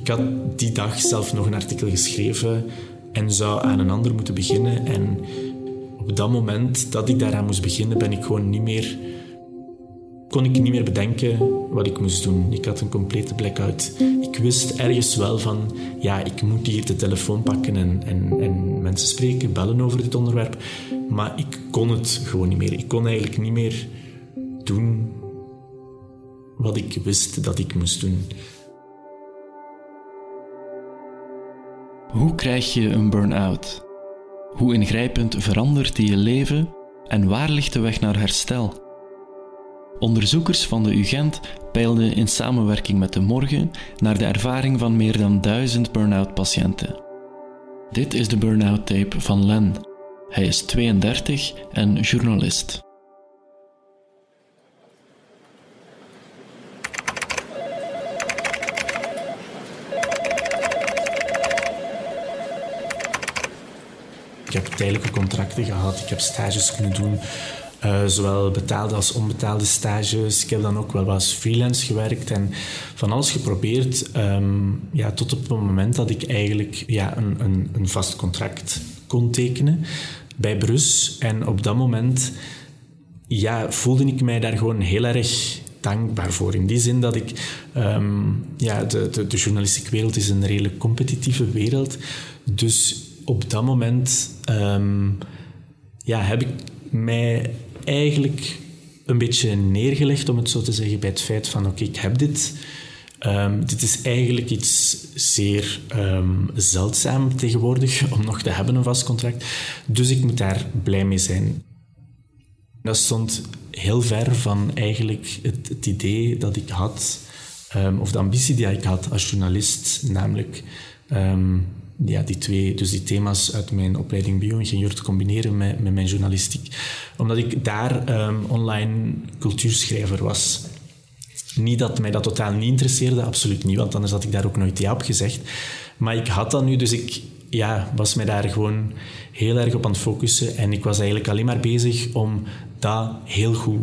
Ik had die dag zelf nog een artikel geschreven en zou aan een ander moeten beginnen. En op dat moment dat ik daaraan moest beginnen, kon ik niet meer bedenken wat ik moest doen. Ik had een complete blackout. Ik wist ergens wel van, ja, ik moet hier de telefoon pakken en mensen spreken, bellen over dit onderwerp. Maar ik kon het gewoon niet meer. Ik kon eigenlijk niet meer doen wat ik wist dat ik moest doen. Hoe krijg je een burn-out? Hoe ingrijpend verandert die je leven en waar ligt de weg naar herstel? Onderzoekers van de UGent peilden in samenwerking met De Morgen naar de ervaring van meer dan 1000 burn-out-patiënten. Dit is de burn-out-tape van Len. Hij is 32 en journalist. Ik heb tijdelijke contracten gehad, ik heb stages kunnen doen, zowel betaalde als onbetaalde stages. Ik heb dan ook wel als freelance gewerkt en van alles geprobeerd, tot op het moment dat ik eigenlijk een vast contract kon tekenen bij Brus. En op dat moment voelde ik mij daar gewoon heel erg dankbaar voor. In die zin dat ik... de journalistieke wereld is een redelijk competitieve wereld. Dus op dat moment heb ik mij eigenlijk een beetje neergelegd, om het zo te zeggen, bij het feit van oké, ik heb dit. Dit is eigenlijk iets zeer zeldzaam tegenwoordig om nog te hebben, een vast contract. Dus ik moet daar blij mee zijn. Dat stond heel ver van eigenlijk het idee dat ik had, of de ambitie die ik had als journalist, namelijk die thema's uit mijn opleiding bio-ingenieur te combineren met mijn journalistiek. Omdat ik daar online cultuurschrijver was. Niet dat mij dat totaal niet interesseerde, absoluut niet, want anders had ik daar ook nooit ja op gezegd. Maar ik had dat nu, dus ik was mij daar gewoon heel erg op aan het focussen. En ik was eigenlijk alleen maar bezig om dat heel goed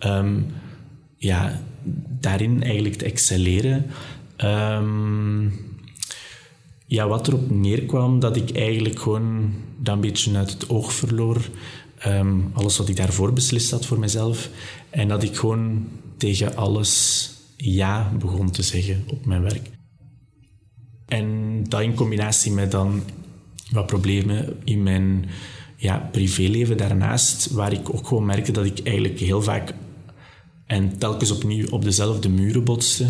daarin eigenlijk te excelleren. Wat erop neerkwam, dat ik eigenlijk gewoon dat een beetje uit het oog verloor. Alles wat ik daarvoor beslist had voor mezelf. En dat ik gewoon tegen alles ja begon te zeggen op mijn werk. En dat in combinatie met dan wat problemen in mijn privéleven daarnaast, waar ik ook gewoon merkte dat ik eigenlijk heel vaak en telkens opnieuw op dezelfde muren botste.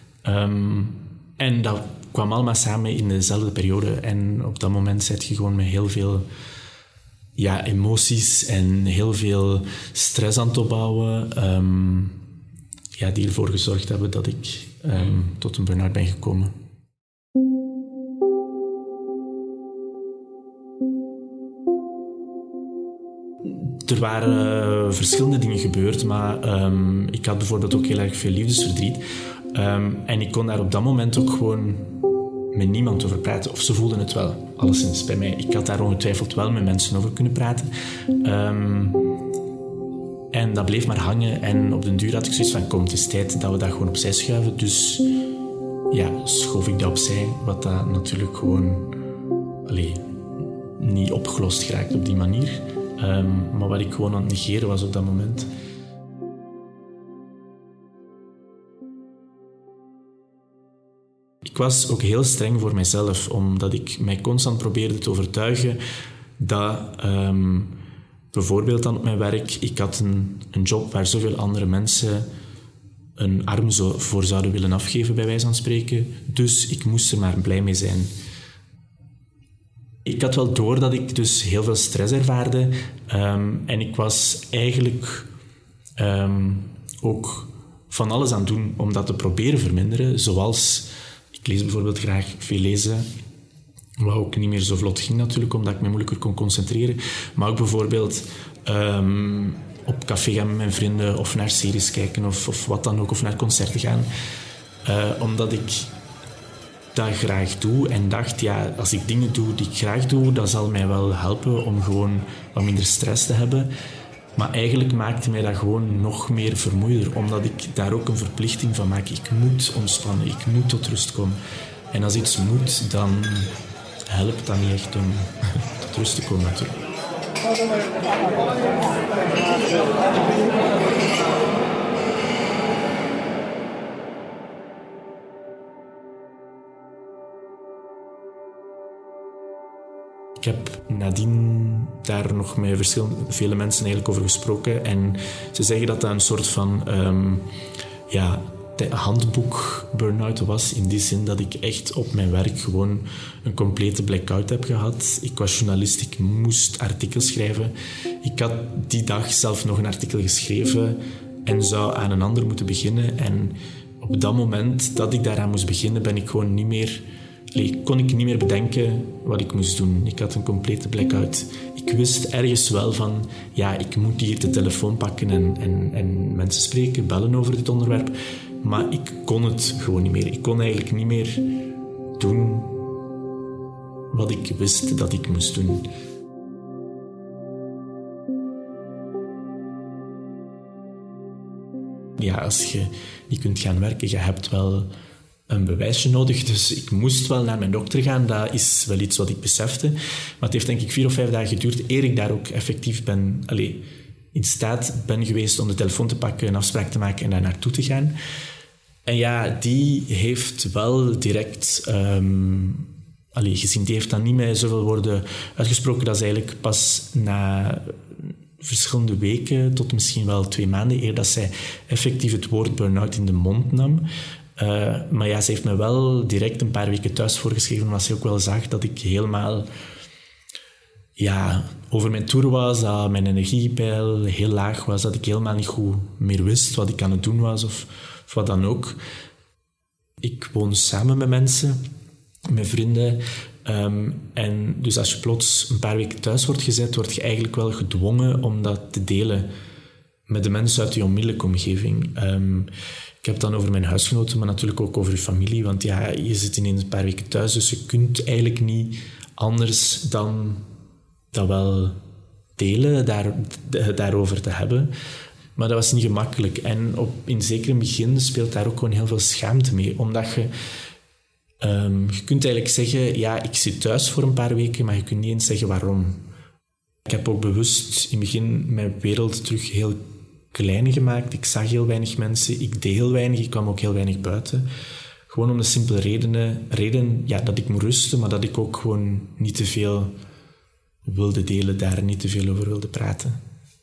En dat kwam allemaal samen in dezelfde periode. En op dat moment zat je gewoon met heel veel emoties en heel veel stress aan het opbouwen. Die ervoor gezorgd hebben dat ik tot een burn-out ben gekomen. Er waren verschillende dingen gebeurd, maar ik had bijvoorbeeld ook heel erg veel liefdesverdriet. En ik kon daar op dat moment ook gewoon met niemand over praten. Of ze voelden het wel, alleszins bij mij. Ik had daar ongetwijfeld wel met mensen over kunnen praten. En dat bleef maar hangen. En op den duur had ik zoiets van, kom, het is tijd dat we dat gewoon opzij schuiven. Dus schoof ik dat opzij. Wat dat natuurlijk gewoon niet opgelost geraakt op die manier. Maar wat ik gewoon aan het negeren was op dat moment. Ik was ook heel streng voor mezelf, omdat ik mij constant probeerde te overtuigen dat bijvoorbeeld dan op mijn werk, ik had een job waar zoveel andere mensen een arm voor zouden willen afgeven, bij wijze van spreken. Dus ik moest er maar blij mee zijn. Ik had wel door dat ik dus heel veel stress ervaarde. En ik was eigenlijk ook van alles aan het doen om dat te proberen verminderen. Zoals, ik lees bijvoorbeeld graag veel lezen, wat ook niet meer zo vlot ging natuurlijk, omdat ik me moeilijker kon concentreren. Maar ook bijvoorbeeld op café gaan met mijn vrienden of naar series kijken of wat dan ook, of naar concerten gaan. Omdat ik dat graag doe en dacht, als ik dingen doe die ik graag doe, dat zal mij wel helpen om gewoon wat minder stress te hebben. Maar eigenlijk maakte mij dat gewoon nog meer vermoeider, omdat ik daar ook een verplichting van maak. Ik moet ontspannen, ik moet tot rust komen. En als iets moet, dan helpt dat niet echt om tot rust te komen natuurlijk. Ik heb nadien daar nog met vele mensen eigenlijk over gesproken. En ze zeggen dat dat een soort van handboek burn-out was. In die zin dat ik echt op mijn werk gewoon een complete blackout heb gehad. Ik was journalist, ik moest artikels schrijven. Ik had die dag zelf nog een artikel geschreven en zou aan een ander moeten beginnen. En op dat moment dat ik daaraan moest beginnen, kon ik niet meer bedenken wat ik moest doen. Ik had een complete blackout. Ik wist ergens wel van, ik moet hier de telefoon pakken en mensen spreken, bellen over dit onderwerp. Maar ik kon het gewoon niet meer. Ik kon eigenlijk niet meer doen wat ik wist dat ik moest doen. Ja, als je niet kunt gaan werken, je hebt wel een bewijsje nodig. Dus ik moest wel naar mijn dokter gaan. Dat is wel iets wat ik besefte. Maar het heeft denk ik 4 of 5 dagen geduurd eer ik daar ook effectief in staat ben geweest om de telefoon te pakken, een afspraak te maken en daar naartoe te gaan. En die heeft wel direct gezien. Die heeft dan niet met zoveel woorden uitgesproken. Dat is eigenlijk pas na verschillende weken tot misschien wel 2 maanden eer dat zij effectief het woord burn-out in de mond nam. Maar ze heeft me wel direct een paar weken thuis voorgeschreven, omdat ze ook wel zag dat ik helemaal over mijn toer was, dat mijn energiepeil heel laag was, dat ik helemaal niet goed meer wist wat ik aan het doen was of wat dan ook. Ik woon samen met mensen, met vrienden. En dus als je plots een paar weken thuis wordt gezet, word je eigenlijk wel gedwongen om dat te delen met de mensen uit je onmiddellijke omgeving. Ik heb het dan over mijn huisgenoten, maar natuurlijk ook over je familie. Want je zit ineens een paar weken thuis, dus je kunt eigenlijk niet anders dan dat wel delen, daarover te hebben. Maar dat was niet gemakkelijk. En in zeker in het begin speelt daar ook gewoon heel veel schaamte mee. Omdat je kunt eigenlijk zeggen, ik zit thuis voor een paar weken, maar je kunt niet eens zeggen waarom. Ik heb ook bewust in het begin mijn wereld terug heel klein gemaakt. Ik zag heel weinig mensen, ik deed heel weinig, ik kwam ook heel weinig buiten. Gewoon om de simpele reden dat ik moet rusten, maar dat ik ook gewoon niet te veel wilde delen, daar niet te veel over wilde praten.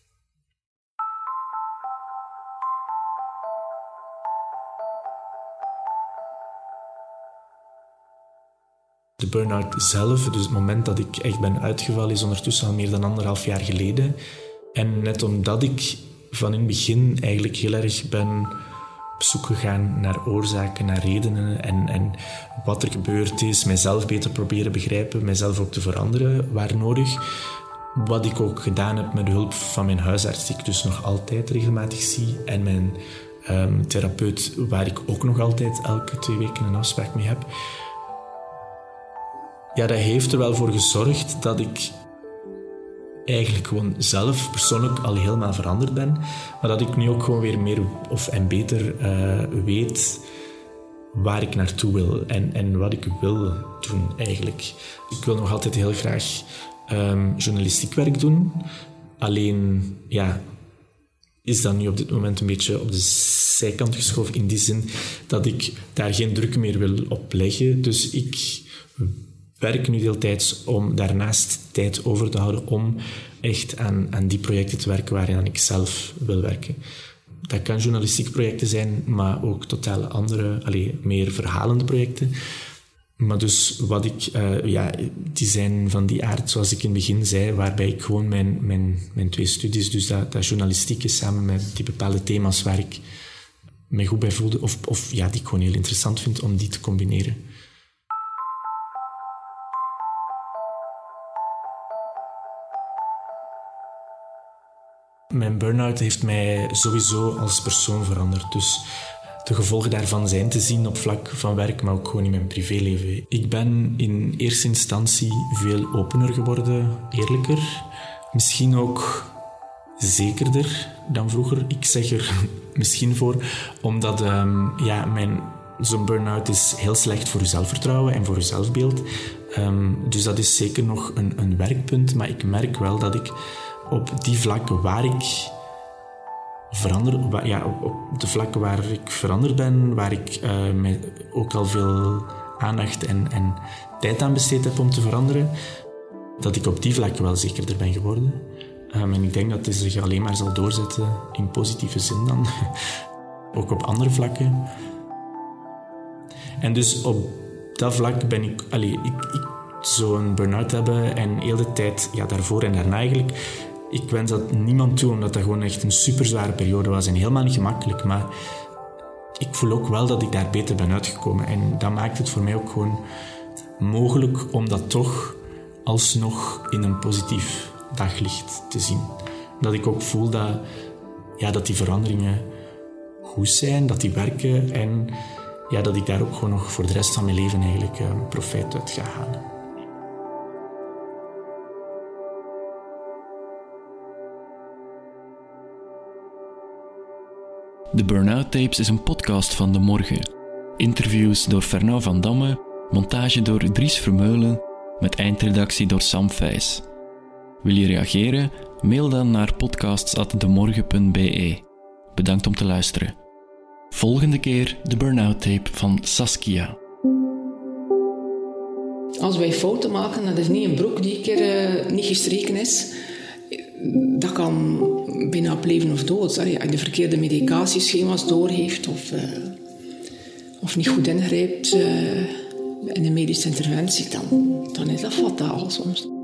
De burn-out zelf, dus het moment dat ik echt ben uitgevallen, is ondertussen al meer dan 1,5 jaar geleden. En net omdat ik van in het begin eigenlijk heel erg ben op zoek gegaan naar oorzaken, naar redenen en wat er gebeurd is, mijzelf beter proberen begrijpen, mijzelf ook te veranderen waar nodig. Wat ik ook gedaan heb met de hulp van mijn huisarts, die ik dus nog altijd regelmatig zie, en mijn therapeut, waar ik ook nog altijd elke 2 weken een afspraak mee heb. Ja, dat heeft er wel voor gezorgd dat ik eigenlijk gewoon zelf persoonlijk al helemaal veranderd ben. Maar dat ik nu ook gewoon weer meer en beter weet waar ik naartoe wil en wat ik wil doen eigenlijk. Ik wil nog altijd heel graag journalistiek werk doen. Alleen, is dat nu op dit moment een beetje op de zijkant geschoven in die zin dat ik daar geen druk meer wil op leggen. Dus ik werk nu deeltijds om daarnaast tijd over te houden om echt aan die projecten te werken waarin ik zelf wil werken. Dat kan journalistieke projecten zijn, maar ook totaal andere, meer verhalende projecten. Maar dus wat die zijn van die aard, zoals ik in het begin zei, waarbij ik gewoon mijn 2 studies, dus dat journalistieke samen met die bepaalde thema's waar ik me goed bij voelde, of die ik gewoon heel interessant vind om die te combineren. Mijn burn-out heeft mij sowieso als persoon veranderd. Dus de gevolgen daarvan zijn te zien op vlak van werk, maar ook gewoon in mijn privéleven. Ik ben in eerste instantie veel opener geworden, eerlijker. Misschien ook zekerder dan vroeger. Ik zeg er misschien voor, omdat zo'n burn-out is heel slecht voor je zelfvertrouwen en voor je zelfbeeld. Dus dat is zeker nog een werkpunt. Maar ik merk wel dat ik op die vlakken waar ik verander... op de vlakken waar ik veranderd ben, waar ik mij ook al veel aandacht en tijd aan besteed heb om te veranderen, dat ik op die vlakken wel zekerder ben geworden. En ik denk dat het zich alleen maar zal doorzetten in positieve zin dan. Ook op andere vlakken. En dus op dat vlak ben ik zo'n burn-out hebben en heel de tijd, daarvoor en daarna eigenlijk, ik wens dat niemand toe, omdat dat gewoon echt een super zware periode was en helemaal niet gemakkelijk. Maar ik voel ook wel dat ik daar beter ben uitgekomen. En dat maakt het voor mij ook gewoon mogelijk om dat toch alsnog in een positief daglicht te zien. Dat ik ook voel dat die veranderingen goed zijn, dat die werken en dat ik daar ook gewoon nog voor de rest van mijn leven eigenlijk profijt uit ga halen. De Burnout Tapes is een podcast van De Morgen. Interviews door Fernand van Damme, montage door Dries Vermeulen, met eindredactie door Sam Vijs. Wil je reageren? Mail dan naar podcasts@demorgen.be. Bedankt om te luisteren. Volgende keer de Burnout Tape van Saskia. Als wij fouten maken, dat is niet een broek die een keer niet gestreken is. Dat kan bijna op leven of dood. Als je de verkeerde medicatieschema's doorgeeft of niet goed ingrijpt in een medische interventie, dan is dat fataal soms.